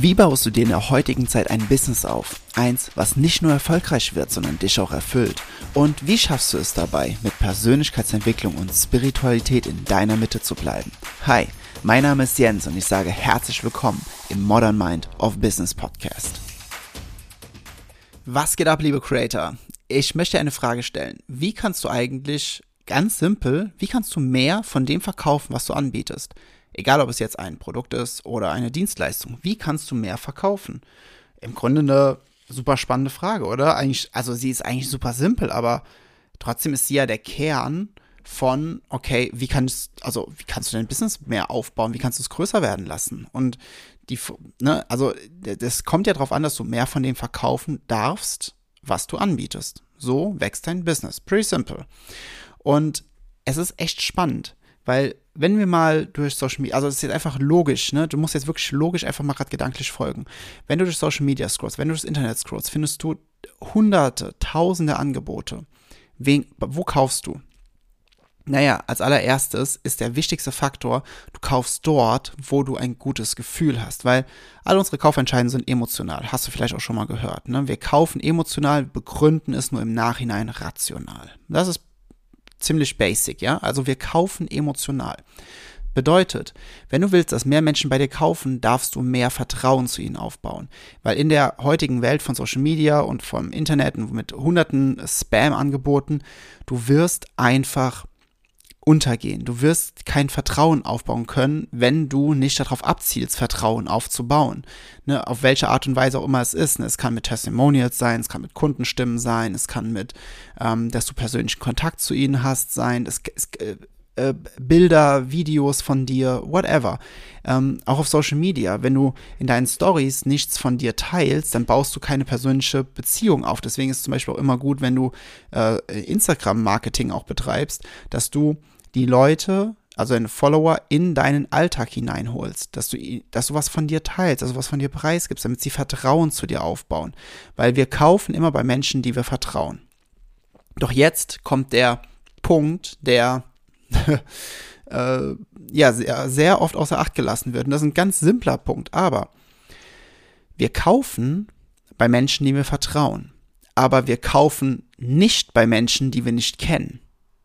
Wie baust du dir in der heutigen Zeit ein Business auf? Eins, was nicht nur erfolgreich wird, sondern dich auch erfüllt. Und wie schaffst du es dabei, mit Persönlichkeitsentwicklung und Spiritualität in deiner Mitte zu bleiben? Hi, mein Name ist Jens und ich sage herzlich willkommen im Modern Mind of Business Podcast. Was geht ab, liebe Creator? Ich möchte eine Frage stellen. Wie kannst du eigentlich, ganz simpel, wie kannst du mehr von dem verkaufen, was du anbietest? Egal, ob es jetzt ein Produkt ist oder eine Dienstleistung. Wie kannst du mehr verkaufen? Im Grunde eine super spannende Frage, oder? Also sie ist eigentlich super simpel, aber trotzdem ist sie ja der Kern von, okay, wie kannst du dein Business mehr aufbauen? Wie kannst du es größer werden lassen? Und das kommt ja darauf an, dass du mehr von dem verkaufen darfst, was du anbietest. So wächst dein Business. Pretty simple. Und es ist echt spannend, weil wenn wir mal durch Social Media, also das ist jetzt einfach logisch, ne? Du musst jetzt wirklich logisch einfach mal gerade gedanklich folgen. Wenn du durch Social Media scrollst, wenn du durchs Internet scrollst, findest du hunderte, tausende Angebote. Wo kaufst du? Naja, als allererstes ist der wichtigste Faktor, du kaufst dort, wo du ein gutes Gefühl hast, weil alle unsere Kaufentscheidungen sind emotional, hast du vielleicht auch schon mal gehört, ne? Wir kaufen emotional, begründen es nur im Nachhinein rational. Das ist ziemlich basic, ja, also wir kaufen emotional. Bedeutet, wenn du willst, dass mehr Menschen bei dir kaufen, darfst du mehr Vertrauen zu ihnen aufbauen. Weil in der heutigen Welt von Social Media und vom Internet und mit hunderten Spam-Angeboten, du wirst einfach untergehen. Du wirst kein Vertrauen aufbauen können, wenn du nicht darauf abzielst, Vertrauen aufzubauen. Ne, auf welche Art und Weise auch immer es ist. Ne, es kann mit Testimonials sein, es kann mit Kundenstimmen sein, es kann mit, dass du persönlichen Kontakt zu ihnen hast, sein, Bilder, Videos von dir, whatever. Auch auf Social Media, wenn du in deinen Stories nichts von dir teilst, dann baust du keine persönliche Beziehung auf. Deswegen ist es zum Beispiel auch immer gut, wenn du Instagram-Marketing auch betreibst, dass du die Leute, also deine Follower, in deinen Alltag hineinholst, dass du was von dir teilst, also was von dir preisgibst, damit sie Vertrauen zu dir aufbauen. Weil wir kaufen immer bei Menschen, die wir vertrauen. Doch jetzt kommt der Punkt, der sehr, sehr oft außer Acht gelassen wird. Und das ist ein ganz simpler Punkt. Aber wir kaufen bei Menschen, die wir vertrauen. Aber wir kaufen nicht bei Menschen, die wir nicht kennen.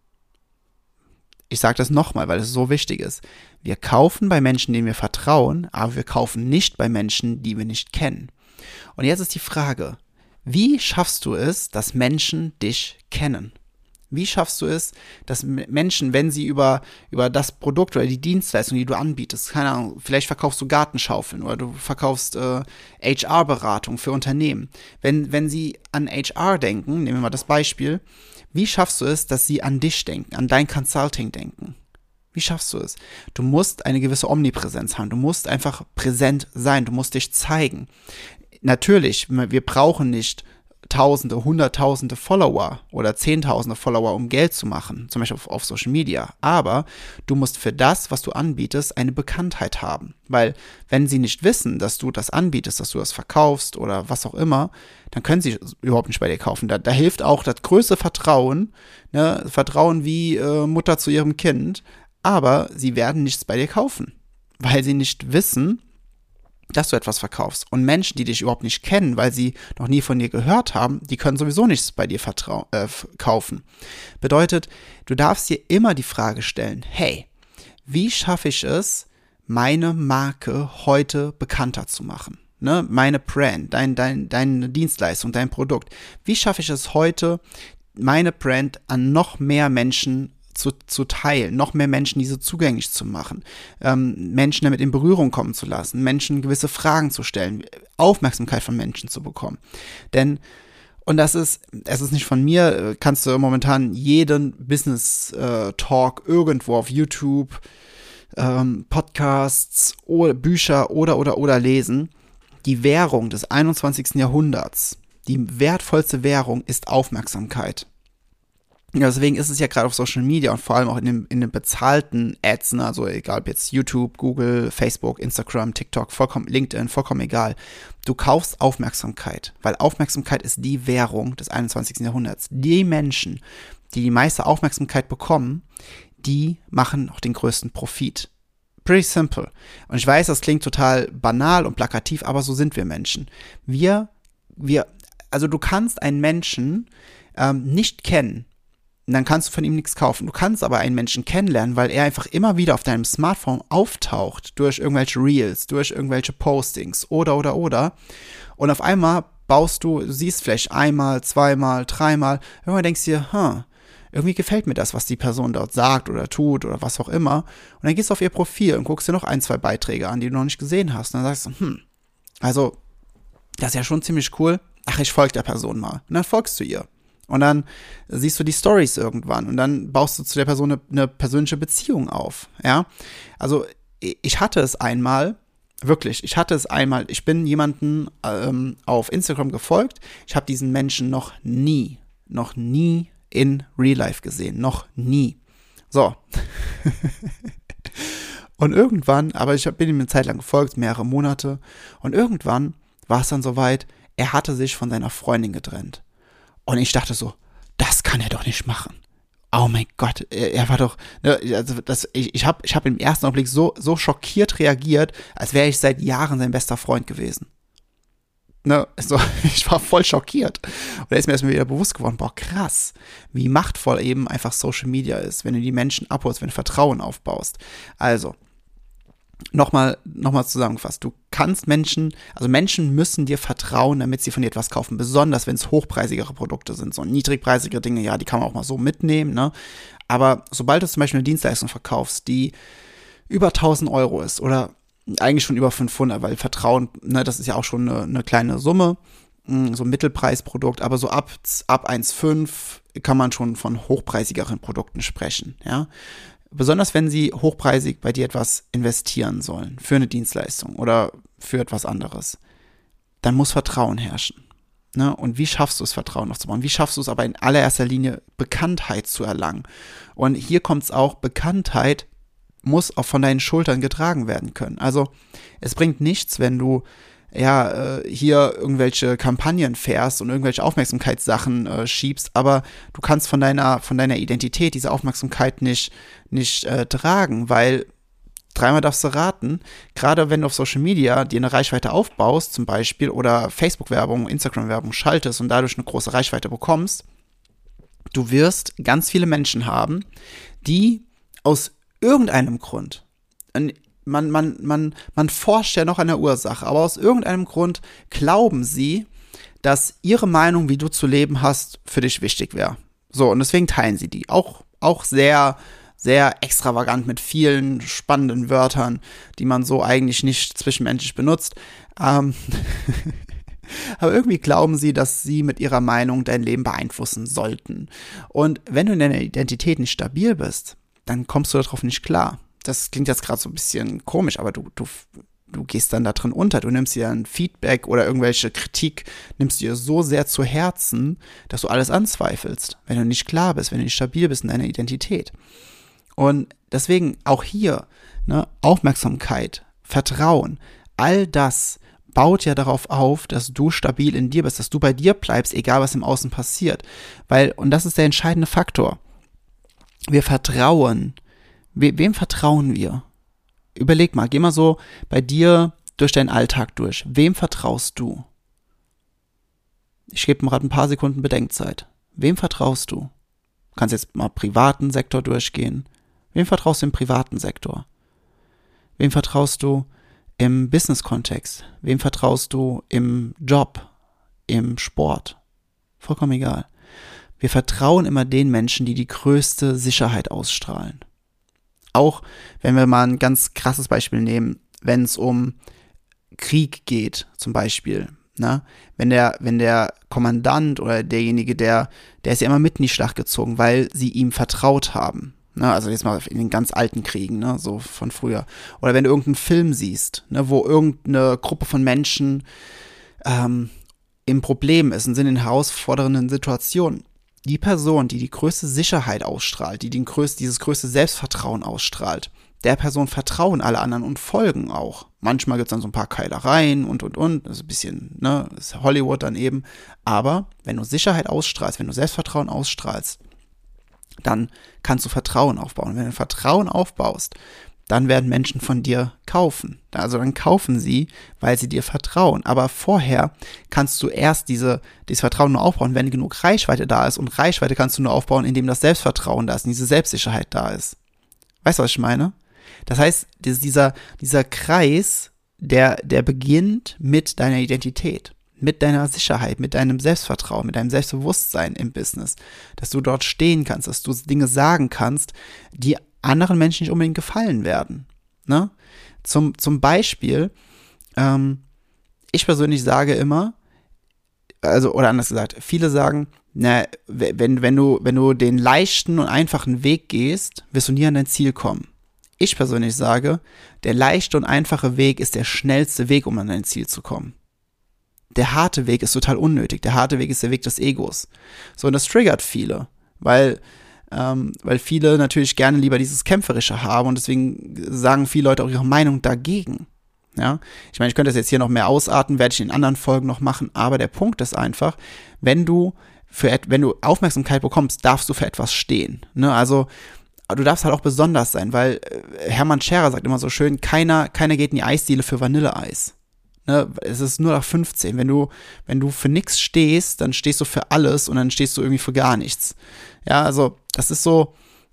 Ich sage das nochmal, weil es so wichtig ist. Wir kaufen bei Menschen, denen wir vertrauen, aber wir kaufen nicht bei Menschen, die wir nicht kennen. Und jetzt ist die Frage, wie schaffst du es, dass Menschen dich kennen? Wie schaffst du es, dass Menschen, wenn sie über das Produkt oder die Dienstleistung, die du anbietest, keine Ahnung, vielleicht verkaufst du Gartenschaufeln oder du verkaufst HR-Beratung für Unternehmen. Wenn sie an HR denken, nehmen wir mal das Beispiel, wie schaffst du es, dass sie an dich denken, an dein Consulting denken? Wie schaffst du es? Du musst eine gewisse Omnipräsenz haben, du musst einfach präsent sein, du musst dich zeigen. Natürlich, wir brauchen nicht Tausende, Hunderttausende Follower oder Zehntausende Follower, um Geld zu machen, zum Beispiel auf Social Media. Aber du musst für das, was du anbietest, eine Bekanntheit haben. Weil wenn sie nicht wissen, dass du das anbietest, dass du das verkaufst oder was auch immer, dann können sie überhaupt nicht bei dir kaufen. Da hilft auch das größte Vertrauen, ne? Vertrauen wie Mutter zu ihrem Kind, aber sie werden nichts bei dir kaufen, weil sie nicht wissen, dass du etwas verkaufst. Und Menschen, die dich überhaupt nicht kennen, weil sie noch nie von dir gehört haben, die können sowieso nichts bei dir kaufen. Bedeutet, du darfst dir immer die Frage stellen, hey, wie schaffe ich es, meine Marke heute bekannter zu machen? Ne? Meine Brand, deine Dienstleistung, dein Produkt. Wie schaffe ich es heute, meine Brand an noch mehr Menschen zu teilen, noch mehr Menschen diese zugänglich zu machen, Menschen damit in Berührung kommen zu lassen, Menschen gewisse Fragen zu stellen, Aufmerksamkeit von Menschen zu bekommen. Denn, und es ist nicht von mir, kannst du momentan jeden Business-Talk irgendwo auf YouTube, Podcasts, Bücher oder lesen. Die Währung des 21. Jahrhunderts, die wertvollste Währung ist Aufmerksamkeit. Ja, deswegen ist es ja gerade auf Social Media und vor allem auch in den bezahlten Ads, ne, also egal ob jetzt YouTube, Google, Facebook, Instagram, TikTok, LinkedIn, vollkommen egal. Du kaufst Aufmerksamkeit, weil Aufmerksamkeit ist die Währung des 21. Jahrhunderts. Die Menschen, die die meiste Aufmerksamkeit bekommen, die machen auch den größten Profit. Pretty simple. Und ich weiß, das klingt total banal und plakativ, aber so sind wir Menschen. Also du kannst einen Menschen nicht kennen, und dann kannst du von ihm nichts kaufen. Du kannst aber einen Menschen kennenlernen, weil er einfach immer wieder auf deinem Smartphone auftaucht, durch irgendwelche Reels, durch irgendwelche Postings oder. Und auf einmal du siehst vielleicht einmal, zweimal, dreimal, irgendwann denkst du dir, irgendwie gefällt mir das, was die Person dort sagt oder tut oder was auch immer. Und dann gehst du auf ihr Profil und guckst dir noch 1, 2 Beiträge an, die du noch nicht gesehen hast. Und dann sagst du, also, das ist ja schon ziemlich cool. Ach, ich folge der Person mal. Und dann folgst du ihr. Und dann siehst du die Stories irgendwann und dann baust du zu der Person eine persönliche Beziehung auf, ja. Also ich hatte es einmal, ich bin jemanden auf Instagram gefolgt, ich habe diesen Menschen noch nie in Real Life gesehen, noch nie. So. Und irgendwann, aber bin ihm eine Zeit lang gefolgt, mehrere Monate, und irgendwann war es dann soweit, er hatte sich von seiner Freundin getrennt. Und ich dachte so, das kann er doch nicht machen. Oh mein Gott, er war doch, ne, also ich hab im ersten Augenblick so schockiert reagiert, als wäre ich seit Jahren sein bester Freund gewesen. Ne, so, ich war voll schockiert. Und da ist mir erstmal wieder bewusst geworden, boah, krass, wie machtvoll eben einfach Social Media ist, wenn du die Menschen abholst, wenn du Vertrauen aufbaust. Also, Nochmal zusammengefasst, du kannst Menschen müssen dir vertrauen, damit sie von dir etwas kaufen, besonders wenn es hochpreisigere Produkte sind, so niedrigpreisigere Dinge, ja, die kann man auch mal so mitnehmen, ne, aber sobald du zum Beispiel eine Dienstleistung verkaufst, die über 1.000 Euro ist oder eigentlich schon über 500, weil Vertrauen, ne, das ist ja auch schon eine kleine Summe, so ein Mittelpreisprodukt, aber so ab 1,5 kann man schon von hochpreisigeren Produkten sprechen, ja. Besonders wenn sie hochpreisig bei dir etwas investieren sollen, für eine Dienstleistung oder für etwas anderes, dann muss Vertrauen herrschen. Ne? Und wie schaffst du es, Vertrauen aufzubauen? Wie schaffst du es aber in allererster Linie, Bekanntheit zu erlangen? Und hier kommt es auch, Bekanntheit muss auch von deinen Schultern getragen werden können. Also es bringt nichts, wenn du hier irgendwelche Kampagnen fährst und irgendwelche Aufmerksamkeitssachen schiebst, aber du kannst von deiner Identität diese Aufmerksamkeit nicht tragen, weil dreimal darfst du raten, gerade wenn du auf Social Media dir eine Reichweite aufbaust zum Beispiel oder Facebook-Werbung, Instagram-Werbung schaltest und dadurch eine große Reichweite bekommst, du wirst ganz viele Menschen haben, die aus irgendeinem Grund, man forscht ja noch an der Ursache, aber aus irgendeinem Grund glauben sie, dass ihre Meinung, wie du zu leben hast, für dich wichtig wäre. So, und deswegen teilen sie die. Auch sehr, sehr extravagant mit vielen spannenden Wörtern, die man so eigentlich nicht zwischenmenschlich benutzt. Aber irgendwie glauben sie, dass sie mit ihrer Meinung dein Leben beeinflussen sollten. Und wenn du in deiner Identität nicht stabil bist, dann kommst du darauf nicht klar. Das klingt jetzt gerade so ein bisschen komisch, aber du gehst dann da drin unter. Du nimmst dir ein Feedback oder irgendwelche Kritik, nimmst dir so sehr zu Herzen, dass du alles anzweifelst, wenn du nicht klar bist, wenn du nicht stabil bist in deiner Identität. Und deswegen auch hier, ne, Aufmerksamkeit, Vertrauen, all das baut ja darauf auf, dass du stabil in dir bist, dass du bei dir bleibst, egal was im Außen passiert. Und das ist der entscheidende Faktor. Wir vertrauen. Wem vertrauen wir? Überleg mal, geh mal so bei dir durch deinen Alltag durch. Wem vertraust du? Ich gebe mir gerade ein paar Sekunden Bedenkzeit. Wem vertraust du? Du kannst jetzt mal privaten Sektor durchgehen. Wem vertraust du im privaten Sektor? Wem vertraust du im Business-Kontext? Wem vertraust du im Job, im Sport? Vollkommen egal. Wir vertrauen immer den Menschen, die die größte Sicherheit ausstrahlen. Auch wenn wir mal ein ganz krasses Beispiel nehmen, wenn es um Krieg geht, zum Beispiel. Ne? Wenn der Kommandant oder derjenige, der ist ja immer mit in die Schlacht gezogen, weil sie ihm vertraut haben. Ne? Also jetzt mal in den ganz alten Kriegen, ne? So von früher. Oder wenn du irgendeinen Film siehst, ne? Wo irgendeine Gruppe von Menschen im Problem ist und sind in herausfordernden Situationen. Die Person, die die größte Sicherheit ausstrahlt, die dieses größte Selbstvertrauen ausstrahlt, der Person vertrauen alle anderen und folgen auch. Manchmal gibt es dann so ein paar Keilereien und. Das ist ein bisschen, ne, ist Hollywood dann eben. Aber wenn du Sicherheit ausstrahlst, wenn du Selbstvertrauen ausstrahlst, dann kannst du Vertrauen aufbauen. Wenn du Vertrauen aufbaust, dann werden Menschen von dir kaufen. Also dann kaufen sie, weil sie dir vertrauen. Aber vorher kannst du erst dieses Vertrauen nur aufbauen, wenn genug Reichweite da ist. Und Reichweite kannst du nur aufbauen, indem das Selbstvertrauen da ist und diese Selbstsicherheit da ist. Weißt du, was ich meine? Das heißt, dieser Kreis, der beginnt mit deiner Identität, mit deiner Sicherheit, mit deinem Selbstvertrauen, mit deinem Selbstbewusstsein im Business. Dass du dort stehen kannst, dass du Dinge sagen kannst, die anderen Menschen nicht unbedingt gefallen werden. Ne? Zum Beispiel, ich persönlich sage immer, oder anders gesagt, viele sagen, wenn du den leichten und einfachen Weg gehst, wirst du nie an dein Ziel kommen. Ich persönlich sage, der leichte und einfache Weg ist der schnellste Weg, um an dein Ziel zu kommen. Der harte Weg ist total unnötig. Der harte Weg ist der Weg des Egos. So, und das triggert viele, weil viele natürlich gerne lieber dieses Kämpferische haben und deswegen sagen viele Leute auch ihre Meinung dagegen. Ja, ich meine, ich könnte das jetzt hier noch mehr ausarten, werde ich in anderen Folgen noch machen, aber der Punkt ist einfach, wenn du Aufmerksamkeit bekommst, darfst du für etwas stehen. Ne? Also, du darfst halt auch besonders sein, weil Hermann Scherer sagt immer so schön, keiner geht in die Eisdiele für Vanilleeis. Ne? Es ist nur nach 15. Wenn du für nichts stehst, dann stehst du für alles und dann stehst du irgendwie für gar nichts. Ja, also, das ist so,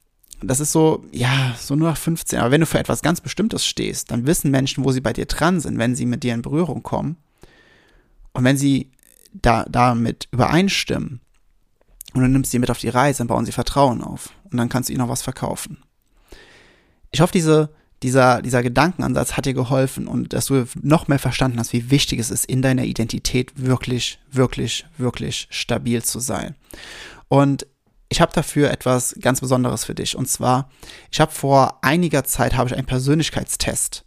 ja, so nur nach 15. Aber wenn du für etwas ganz Bestimmtes stehst, dann wissen Menschen, wo sie bei dir dran sind, wenn sie mit dir in Berührung kommen. Und wenn sie damit übereinstimmen und du nimmst sie mit auf die Reise, dann bauen sie Vertrauen auf. Und dann kannst du ihnen noch was verkaufen. Ich hoffe, dieser Gedankenansatz hat dir geholfen und dass du noch mehr verstanden hast, wie wichtig es ist, in deiner Identität wirklich, wirklich, wirklich stabil zu sein. Und ich habe dafür etwas ganz Besonderes für dich. Und zwar, ich habe vor einiger Zeit einen Persönlichkeitstest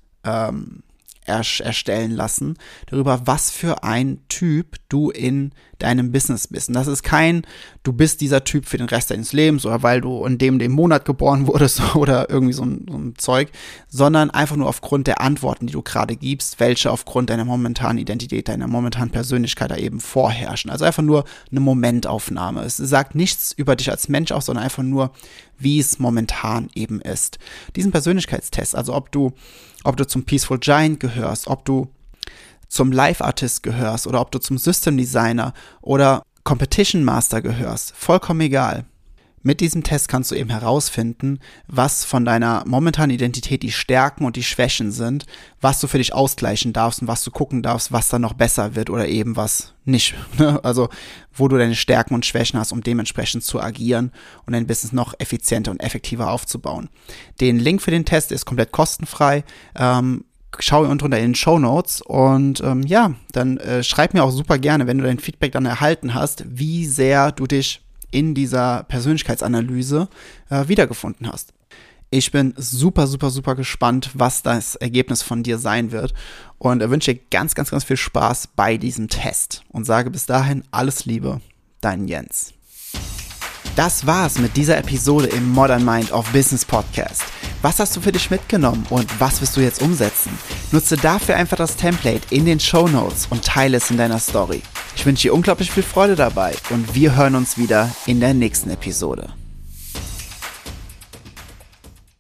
erstellen lassen, darüber, was für ein Typ du in deinem Business bist. Und das ist du bist dieser Typ für den Rest deines Lebens oder weil du in dem Monat geboren wurdest oder irgendwie so ein Zeug, sondern einfach nur aufgrund der Antworten, die du gerade gibst, welche aufgrund deiner momentanen Identität, deiner momentanen Persönlichkeit da eben vorherrschen. Also einfach nur eine Momentaufnahme. Es sagt nichts über dich als Mensch aus, sondern einfach nur, wie es momentan eben ist. Diesen Persönlichkeitstest, also ob du zum Peaceful Giant gehörst, ob du zum Live-Artist gehörst oder ob du zum System Designer oder Competition Master gehörst, vollkommen egal. Mit diesem Test kannst du eben herausfinden, was von deiner momentanen Identität die Stärken und die Schwächen sind, was du für dich ausgleichen darfst und was du gucken darfst, was dann noch besser wird oder eben was nicht. Also wo du deine Stärken und Schwächen hast, um dementsprechend zu agieren und dein Business noch effizienter und effektiver aufzubauen. Den Link für den Test ist komplett kostenfrei. Schau unten drunter in den Shownotes und dann schreib mir auch super gerne, wenn du dein Feedback dann erhalten hast, wie sehr du dich in dieser Persönlichkeitsanalyse wiedergefunden hast. Ich bin super, super, super gespannt, was das Ergebnis von dir sein wird und wünsche dir ganz, ganz, ganz viel Spaß bei diesem Test und sage bis dahin alles Liebe, dein Jens. Das war's mit dieser Episode im Modern Mind of Business Podcast. Was hast du für dich mitgenommen und was wirst du jetzt umsetzen? Nutze dafür einfach das Template in den Shownotes und teile es in deiner Story. Ich wünsche dir unglaublich viel Freude dabei und wir hören uns wieder in der nächsten Episode.